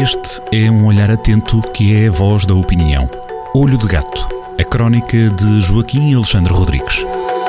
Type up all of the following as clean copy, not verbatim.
Este é um olhar atento que é a voz da opinião. Olho de Gato, a crónica de Joaquim Alexandre Rodrigues.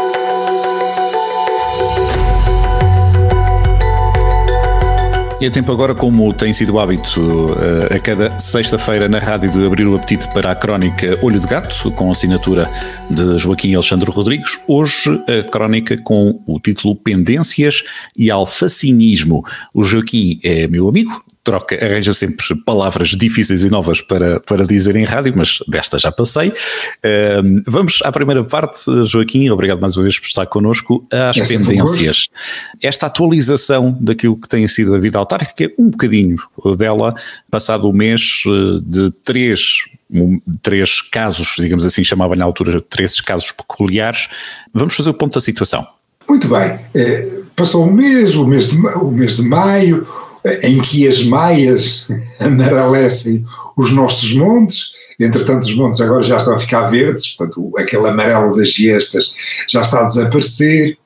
É tempo agora, como tem sido hábito, a cada sexta-feira na rádio, de abrir o apetite para a crónica Olho de Gato, com a assinatura de Joaquim Alexandre Rodrigues. Hoje a crónica com o título Pendências e Alfacinismo. O Joaquim é meu amigo, arranja sempre palavras difíceis e novas para dizer em rádio, mas desta já passei. Vamos à primeira parte, Joaquim, obrigado mais uma vez por estar connosco. Às pendências. Esta atualização daquilo que tem sido a vida autárquica, um bocadinho dela, passado o mês de três casos, digamos assim, chamava na altura 3 casos peculiares. Vamos fazer o ponto da situação. Muito bem. Passou o mês de maio, em que as maias amarelecem os nossos montes. Entretanto, os montes agora já estão a ficar verdes, portanto aquele amarelo das giestas já está a desaparecer.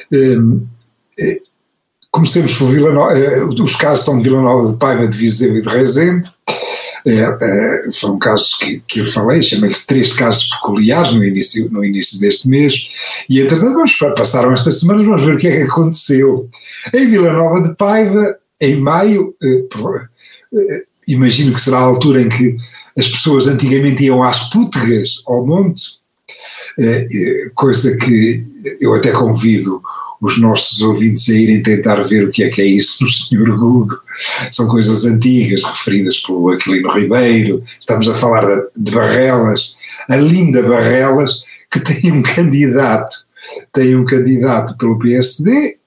Comecemos por Vila Nova. Os casos são de Vila Nova de Paiva, de Viseu e de Rezende. Foram casos que eu falei, chamei-lhe 3 casos peculiares no início deste mês, e entretanto passaram estas semanas, vamos ver o que é que aconteceu. Em Vila Nova de Paiva, em maio, imagino que será a altura em que as pessoas antigamente iam às pútegas, ao monte, coisa que eu até convido os nossos ouvintes a irem tentar ver o que é isso do Sr. Gugo. São coisas antigas, referidas pelo Aquilino Ribeiro. Estamos a falar de Barrelas, a linda Barrelas, que tem um candidato pelo PSD,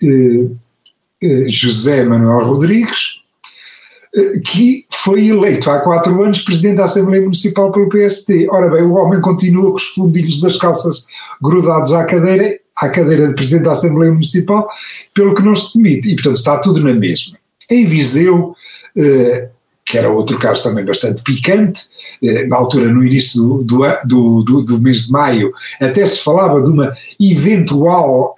José Manuel Rodrigues, que foi eleito há 4 anos presidente da Assembleia Municipal pelo PSD. Ora bem, o homem continua com os fundilhos das calças grudados à cadeira de presidente da Assembleia Municipal, pelo que não se demite, e portanto está tudo na mesma. Em Viseu, que era outro caso também bastante picante, na altura, no início do mês de maio, até se falava de uma eventual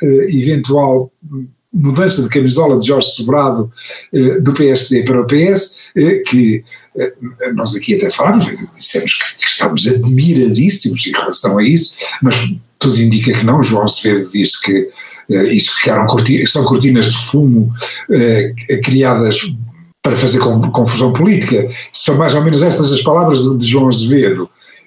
mudança de camisola de Jorge Sobrado do PSD para o PS, que nós aqui até falámos, dissemos que estamos admiradíssimos em relação a isso, mas tudo indica que não. João Azevedo disse que isso são cortinas de fumo criadas para fazer confusão política. São mais ou menos estas as palavras de João Azevedo.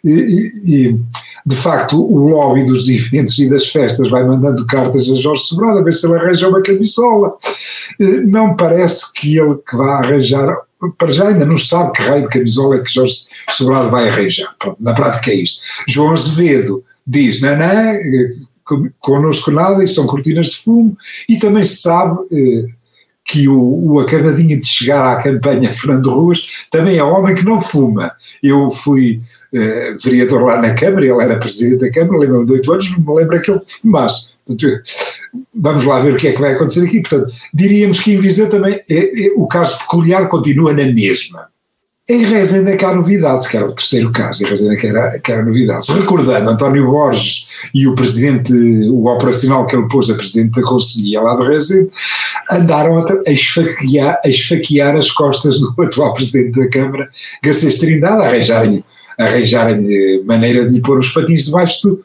E de facto o lobby dos eventos e das festas vai mandando cartas a Jorge Sobrado a ver se ele arranja uma camisola. Não parece que ele que vá arranjar, para já ainda não sabe que raio de camisola é que Jorge Sobrado vai arranjar. Pronto, na prática é isto. João Azevedo diz, não, connosco nada, e são cortinas de fumo, e também se sabe que o acabadinho de chegar à campanha Fernando Ruas também é um homem que não fuma. Eu fui vereador lá na Câmara, ele era presidente da Câmara, lembro-me de 8 anos, não me lembro que ele fumasse. Portanto, vamos lá ver o que é que vai acontecer aqui. Portanto, diríamos que em Viseu também o caso peculiar continua na mesma. Em Rezende é que há novidades, que era o terceiro caso, em Rezende é que era novidades. Recordando, António Borges e o presidente, o operacional que ele pôs a presidente da Conselhia lá de Rezende, andaram a esfaquear as costas do atual presidente da Câmara, Garcês Trindade, arranjarem maneira de lhe pôr os patins debaixo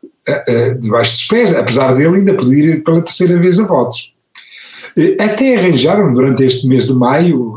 dos pés, apesar dele ainda poder ir pela terceira vez a votos. Até arranjaram, durante este mês de maio,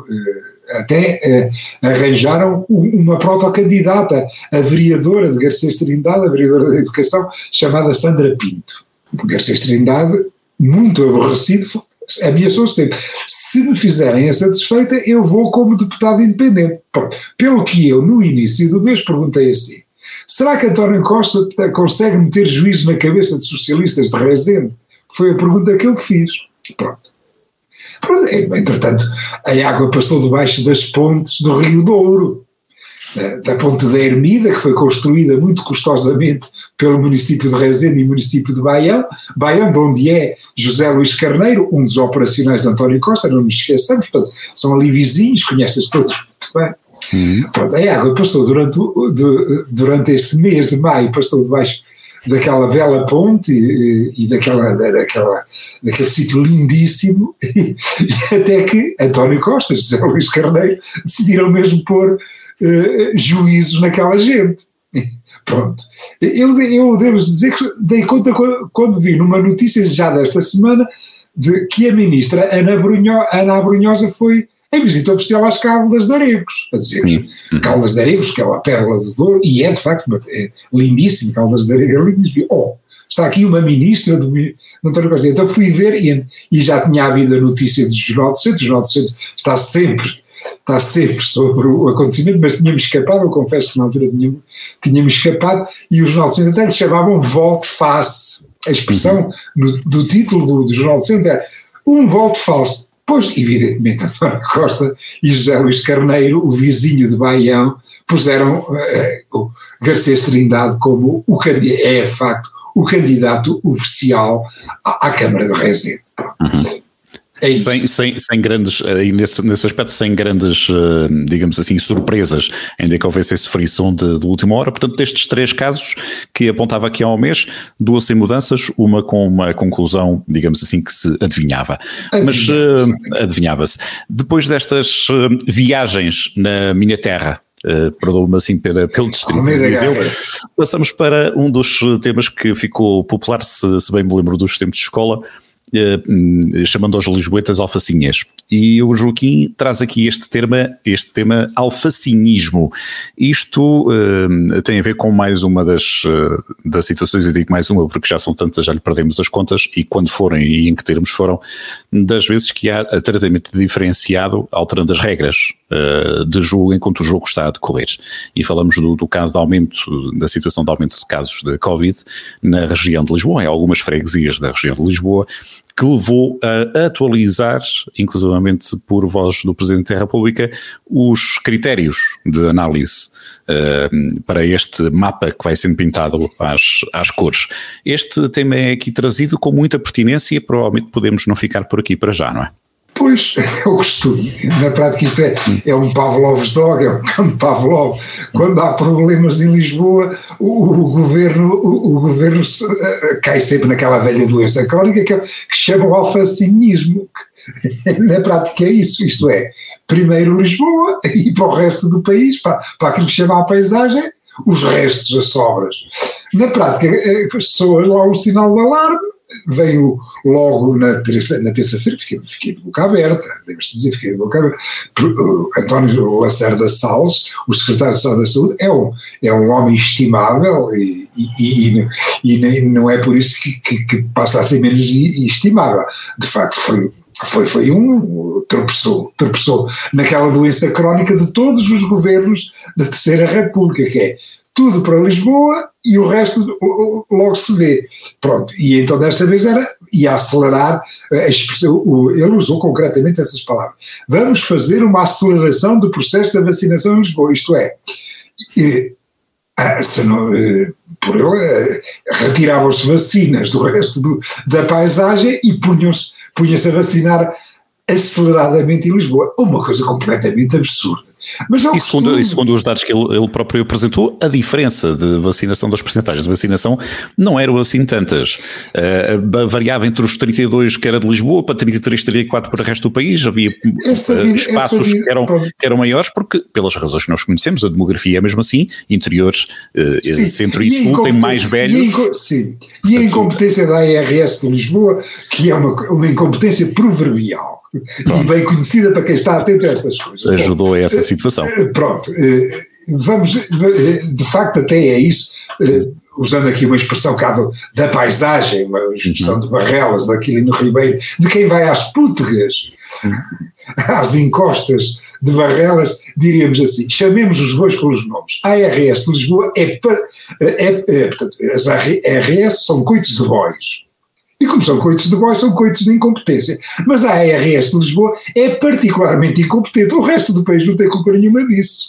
arranjaram uma protocandidata, a vereadora de Garcês Trindade, a vereadora da Educação, chamada Sandra Pinto. Garcês Trindade, muito aborrecido, ameaçou sempre: se me fizerem a satisfeita, eu vou como deputado independente. Pelo que eu, no início do mês, perguntei assim: será que António Costa consegue meter juízo na cabeça de socialistas de Rezende? Foi a pergunta que eu fiz. Pronto. Entretanto, a água passou debaixo das pontes do Rio Douro, da ponte da Ermida, que foi construída muito custosamente pelo município de Rezende e município de Baião, de onde é José Luís Carneiro, um dos operacionais de António Costa, não nos esqueçamos, portanto, são ali vizinhos, conheces todos muito bem. Pronto, a água passou durante este mês de maio, passou debaixo daquela bela ponte e daquele sítio lindíssimo, e até que António Costa e José Luís Carneiro decidiram mesmo pôr juízos naquela gente. Pronto. Eu devo dizer que dei conta quando vi numa notícia já desta semana de que a ministra Ana Abrunhosa foi em visita oficial às Caldas de Aregos, a dizer que Caldas de Aregos, que é uma pérola de Douro, e é de facto lindíssimo, Caldas de Aregos é lindíssimo. Está aqui uma ministra do António Costa. Então fui ver e já tinha havido a notícia do Jornal do Centro. O Jornal do Centro está sempre sobre o acontecimento, mas tínhamos escapado, eu confesso que na altura tínhamos escapado, e o Jornal do Centro até lhe chamavam volte-face. A expressão do título do Jornal do Centro era um volte-face. Pois, evidentemente, António Costa e José Luís Carneiro, o vizinho de Baião, puseram o Garcês Trindade como de facto o candidato oficial à Câmara de Rezende. É isso. Sem grandes, nesse aspecto, sem grandes, digamos assim, surpresas, ainda que houvesse esse frisson de última hora. Portanto, destes 3 casos que apontava aqui há um mês, 2 sem mudanças, uma com uma conclusão, digamos assim, que se adivinhava. Mas adivinhava-se. Depois destas viagens na minha terra, perdoa-me assim pelo distrito de Viseu, passamos para um dos temas que ficou popular, se bem me lembro dos tempos de escola, chamando aos lisboetas alfacinhas. E o Joaquim traz aqui este tema alfacinismo. Isto tem a ver com mais uma das situações, eu digo mais uma porque já são tantas, já lhe perdemos as contas, e quando forem e em que termos foram, das vezes que há tratamento diferenciado alterando as regras de jogo enquanto o jogo está a decorrer. E falamos do caso de aumento, da situação de aumento de casos de Covid na região de Lisboa, em algumas freguesias da região de Lisboa, que levou a atualizar, inclusivamente por voz do Presidente da República, os critérios de análise para este mapa que vai sendo pintado às cores. Este tema é aqui trazido com muita pertinência e provavelmente podemos não ficar por aqui para já, não é? Pois, é o costume. Na prática isto é um Pavlov's dog, é um cão de Pavlov. Quando há problemas em Lisboa, o governo cai sempre naquela velha doença crónica que chama o alfacinismo. Na prática é isso, isto é, primeiro Lisboa e para o resto do país, para aquilo que chama a paisagem, os restos, as sobras. Na prática, soa lá um sinal de alarme, veio logo na terça-feira, fiquei de boca aberta, deve-se dizer, fiquei de boca aberta. António Lacerda Salles, o secretário de Estado da Saúde, é um homem estimável e não é por isso que passa a ser menos estimável. De facto, foi tropeçou naquela doença crónica de todos os governos da Terceira República, que é tudo para Lisboa e o resto logo se vê. Pronto, e então desta vez ia acelerar a expressão, ele usou concretamente essas palavras. Vamos fazer uma aceleração do processo da vacinação em Lisboa, isto é, por ele, retiravam-se vacinas do resto da paisagem e punham-se a vacinar aceleradamente em Lisboa, uma coisa completamente absurda. Mas e segundo os dados que ele próprio apresentou, a diferença de vacinação das percentagens de vacinação não eram assim tantas. Variava entre os 32 que era de Lisboa para 33, 34 para o resto do país. Havia espaços que eram maiores, porque pelas razões que nós conhecemos, a demografia é mesmo assim, interiores, centro e sul têm mais velhos. E a incompetência da ARS de Lisboa, que é uma incompetência proverbial. Pronto. E bem conhecida para quem está atento a estas coisas. Ajudou a essa situação. Pronto, vamos, de facto até é isso, usando aqui uma expressão da paisagem, uma expressão de Barrelas, daquilo no Ribeiro, de quem vai às pútegas, às encostas de Barrelas, diríamos assim, chamemos os bois pelos nomes. A ARS de Lisboa portanto, as ARS são coitos de bois. E como são coitos de bois, são coitos de incompetência. Mas a ARS de Lisboa é particularmente incompetente. O resto do país não tem culpa nenhuma disso.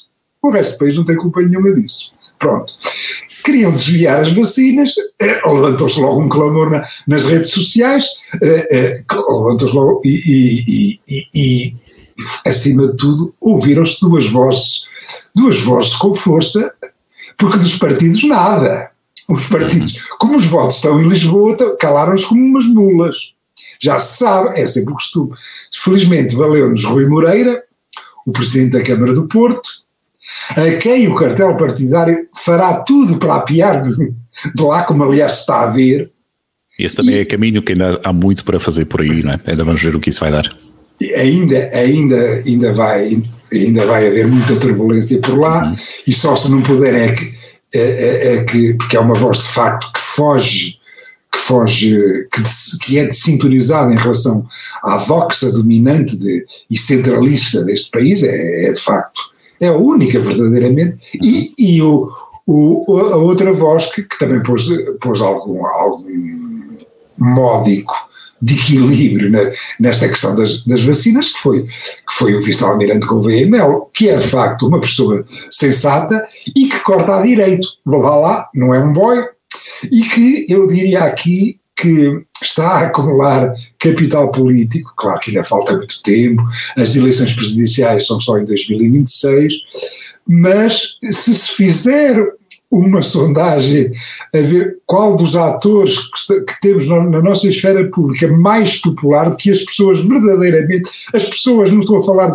Pronto. Queriam desviar as vacinas, levantou-se logo um clamor nas redes sociais, levantou-se logo e acima de tudo, ouviram-se duas vozes com força, porque dos partidos nada. os partidos, como os votos estão em Lisboa, calaram-se como umas mulas. Já se sabe, é sempre o costume. Felizmente valeu-nos Rui Moreira, o presidente da Câmara do Porto, a quem o cartel partidário fará tudo para apiar de lá, como aliás se está a ver. Esse também é caminho que ainda há muito para fazer por aí, não é? Ainda vamos ver o que isso vai dar. Ainda vai haver muita turbulência por lá, e só se não puder porque é uma voz de facto que é desintonizada em relação à doxa dominante e centralista deste país, é de facto, é a única verdadeiramente, e a outra voz que também pôs algum módico de equilíbrio nesta questão das vacinas, que foi o vice-almirante Gouveia Melo, que é de facto uma pessoa sensata e que corta a direito, lá, não é um boy, e que eu diria aqui que está a acumular capital político. Claro que ainda falta muito tempo, as eleições presidenciais são só em 2026, mas se fizer uma sondagem a ver qual dos atores que temos na nossa esfera pública mais popular, de que as pessoas verdadeiramente, as pessoas, não estou a falar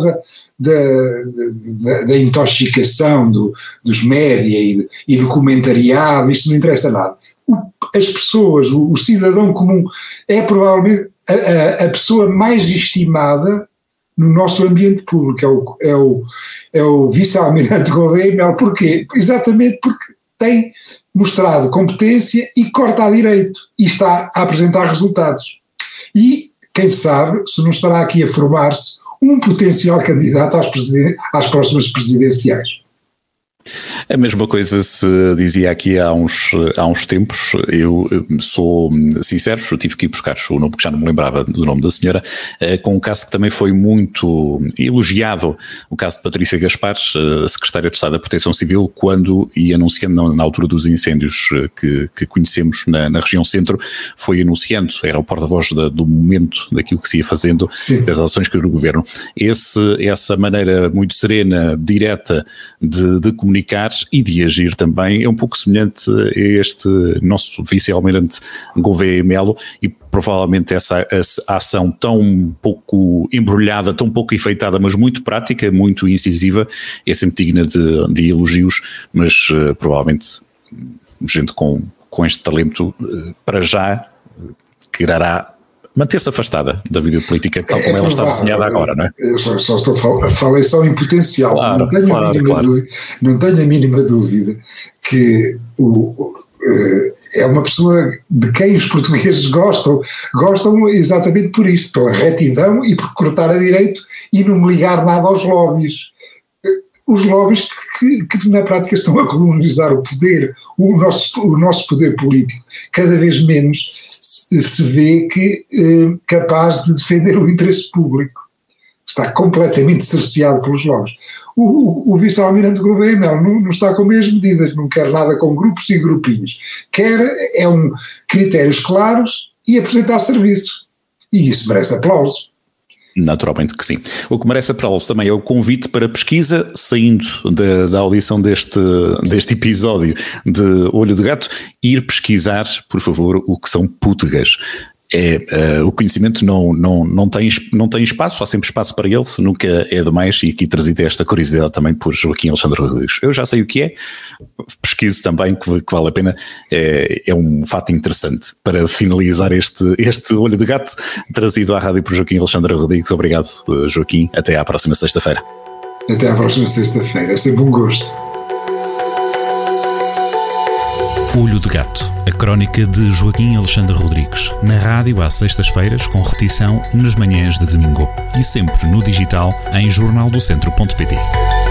da intoxicação dos média e do comentariado, isso não interessa nada. As pessoas, o cidadão comum é provavelmente a pessoa mais estimada no nosso ambiente público, é o vice-almirante Gouveia Melo. Porquê? Exatamente porque tem mostrado competência e corta a direito e está a apresentar resultados. E quem sabe se não estará aqui a formar-se um potencial candidato às próximas presidenciais. A mesma coisa se dizia aqui há uns tempos. Eu sou sincero, eu tive que ir buscar o nome, porque já não me lembrava do nome da senhora, com um caso que também foi muito elogiado, o caso de Patrícia Gaspar, secretária de Estado da Proteção Civil, quando ia anunciando na altura dos incêndios que conhecemos na região centro, foi anunciando, era o porta-voz do momento, daquilo que se ia fazendo, sim, das ações que o governo. Essa maneira muito serena, direta de comunicar e de agir também é um pouco semelhante a este nosso vice-almirante Gouveia Melo, e provavelmente essa ação tão pouco embrulhada, tão pouco enfeitada, mas muito prática, muito incisiva, é sempre digna de elogios, mas provavelmente gente com este talento para já quererá manter-se afastada da vida política, tal como ela está desenhada agora, não é? Eu só falei só em potencial, claro, não tenho a mínima dúvida que é uma pessoa de quem os portugueses gostam exatamente por isto, pela retidão e por cortar a direito e não ligar nada aos lobbies. Os lobbies que na prática estão a colonizar o poder, o nosso poder político, cada vez menos se vê que capaz de defender o interesse público. Está completamente cerceado pelos lobbies. O vice-almirante Gouveia Melo não está com meias medidas, não quer nada com grupos e grupinhos. Quer critérios claros e apresentar serviço. E isso merece aplauso. Naturalmente que sim. O que merece aplauso também é o convite para pesquisa, saindo da audição deste episódio de Olho de Gato, ir pesquisar, por favor, o que são pútegas. O conhecimento não tem espaço, há sempre espaço para ele, nunca é demais, e aqui trazida esta curiosidade também por Joaquim Alexandre Rodrigues. Eu já sei o que é, pesquise também, que vale a pena, é um fato interessante para finalizar este Olho de Gato, trazido à rádio por Joaquim Alexandre Rodrigues. Obrigado, Joaquim, até à próxima sexta-feira. Até à próxima sexta-feira, é sempre um gosto. Olho de Gato, a crónica de Joaquim Alexandre Rodrigues, na rádio às sextas-feiras, com repetição nas manhãs de domingo e sempre no digital em jornaldocentro.pt.